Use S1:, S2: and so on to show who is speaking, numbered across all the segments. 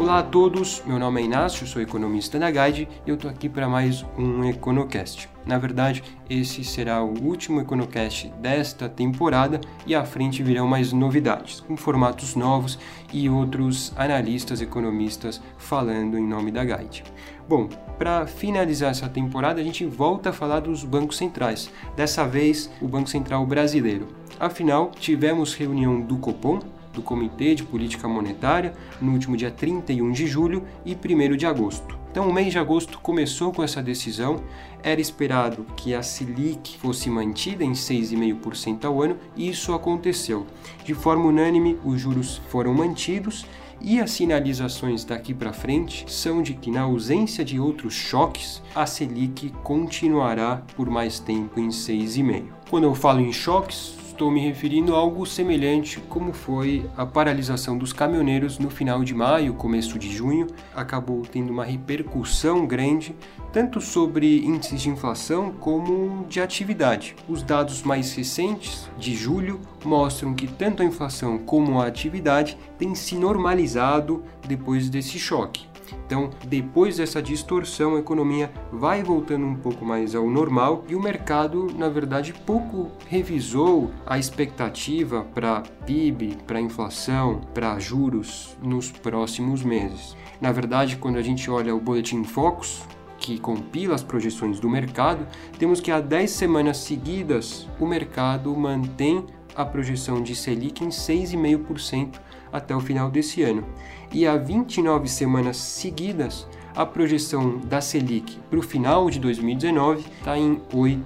S1: Olá a todos, meu nome é Inácio, sou economista da Guide e eu estou aqui para mais um EconoCast. Na verdade, esse será o último EconoCast desta temporada e à frente virão mais novidades, com formatos novos e outros analistas economistas falando em nome da Guide. Bom, para finalizar essa temporada, a gente volta a falar dos bancos centrais, dessa vez o Banco Central brasileiro. Afinal, tivemos reunião do Copom, do Comitê de Política Monetária, no último dia 31 de julho e 1º de agosto. Então, o mês de agosto começou com essa decisão. Era esperado que a Selic fosse mantida em 6,5% ao ano e isso aconteceu. De forma unânime, os juros foram mantidos e as sinalizações daqui para frente são de que, na ausência de outros choques, a Selic continuará por mais tempo em 6,5%. Quando eu falo em choques, estou me referindo a algo semelhante como foi a paralisação dos caminhoneiros no final de maio, começo de junho. Acabou tendo uma repercussão grande, tanto sobre índices de inflação como de atividade. Os dados mais recentes, de julho, mostram que tanto a inflação como a atividade têm se normalizado depois desse choque. Então, depois dessa distorção, a economia vai voltando um pouco mais ao normal e o mercado, na verdade, pouco revisou a expectativa para PIB, para inflação, para juros nos próximos meses. Na verdade, quando a gente olha o Boletim Focus, que compila as projeções do mercado, temos que há 10 semanas seguidas o mercado mantém a projeção de Selic em 6,5% até o final desse ano. E há 29 semanas seguidas, a projeção da Selic para o final de 2019 está em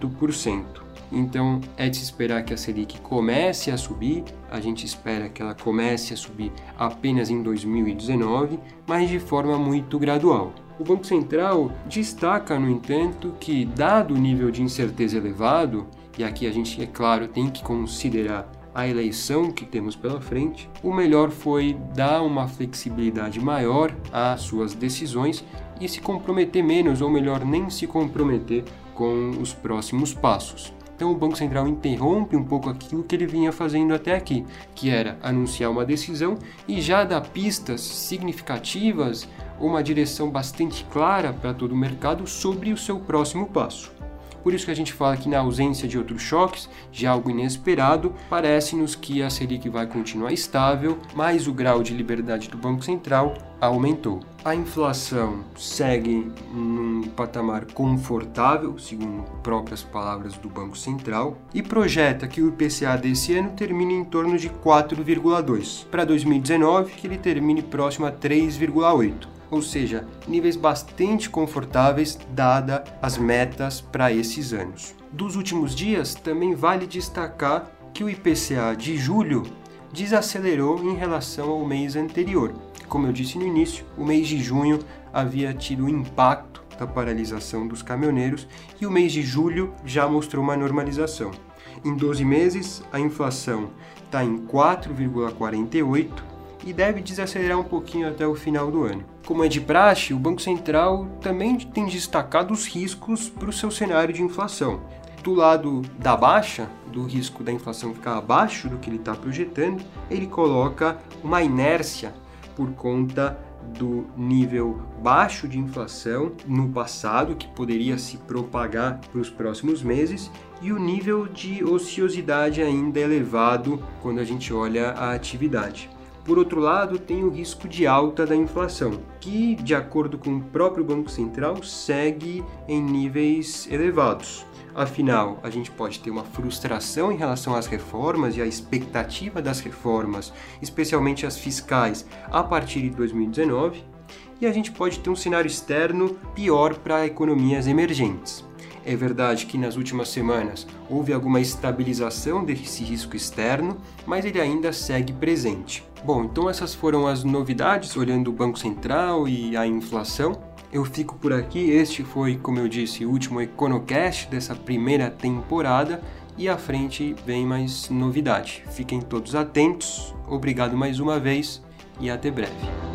S1: 8%. Então, é de se esperar que a Selic comece a subir, a gente espera que ela comece a subir apenas em 2019, mas de forma muito gradual. O Banco Central destaca, no entanto, que, dado o nível de incerteza elevado, e aqui a gente, é claro, tem que considerar a eleição que temos pela frente, o melhor foi dar uma flexibilidade maior às suas decisões e se comprometer menos, ou melhor, nem se comprometer com os próximos passos. Então o Banco Central interrompe um pouco aquilo que ele vinha fazendo até aqui, que era anunciar uma decisão e já dar pistas significativas, uma direção bastante clara para todo o mercado sobre o seu próximo passo. Por isso que a gente fala que, na ausência de outros choques, de algo inesperado, parece-nos que a Selic vai continuar estável, mas o grau de liberdade do Banco Central aumentou. A inflação segue num patamar confortável, segundo próprias palavras do Banco Central, e projeta que o IPCA desse ano termine em torno de 4,2%. Para 2019, que ele termine próximo a 3,8%. Ou seja, níveis bastante confortáveis dada as metas para esses anos. Dos últimos dias, também vale destacar que o IPCA de julho desacelerou em relação ao mês anterior. Como eu disse no início, o mês de junho havia tido o impacto da paralisação dos caminhoneiros e o mês de julho já mostrou uma normalização. Em 12 meses, a inflação está em 4,48%, e deve desacelerar um pouquinho até o final do ano. Como é de praxe, o Banco Central também tem destacado os riscos para o seu cenário de inflação. Do lado da baixa, do risco da inflação ficar abaixo do que ele está projetando, ele coloca uma inércia por conta do nível baixo de inflação no passado, que poderia se propagar para os próximos meses, e o nível de ociosidade ainda elevado quando a gente olha a atividade. Por outro lado, tem o risco de alta da inflação, que, de acordo com o próprio Banco Central, segue em níveis elevados. Afinal, a gente pode ter uma frustração em relação às reformas e à expectativa das reformas, especialmente as fiscais, a partir de 2019, e a gente pode ter um cenário externo pior para economias emergentes. É verdade que nas últimas semanas houve alguma estabilização desse risco externo, mas ele ainda segue presente. Bom, então essas foram as novidades olhando o Banco Central e a inflação. Eu fico por aqui, este foi, como eu disse, o último EconoCast dessa primeira temporada e à frente vem mais novidade. Fiquem todos atentos, obrigado mais uma vez e até breve.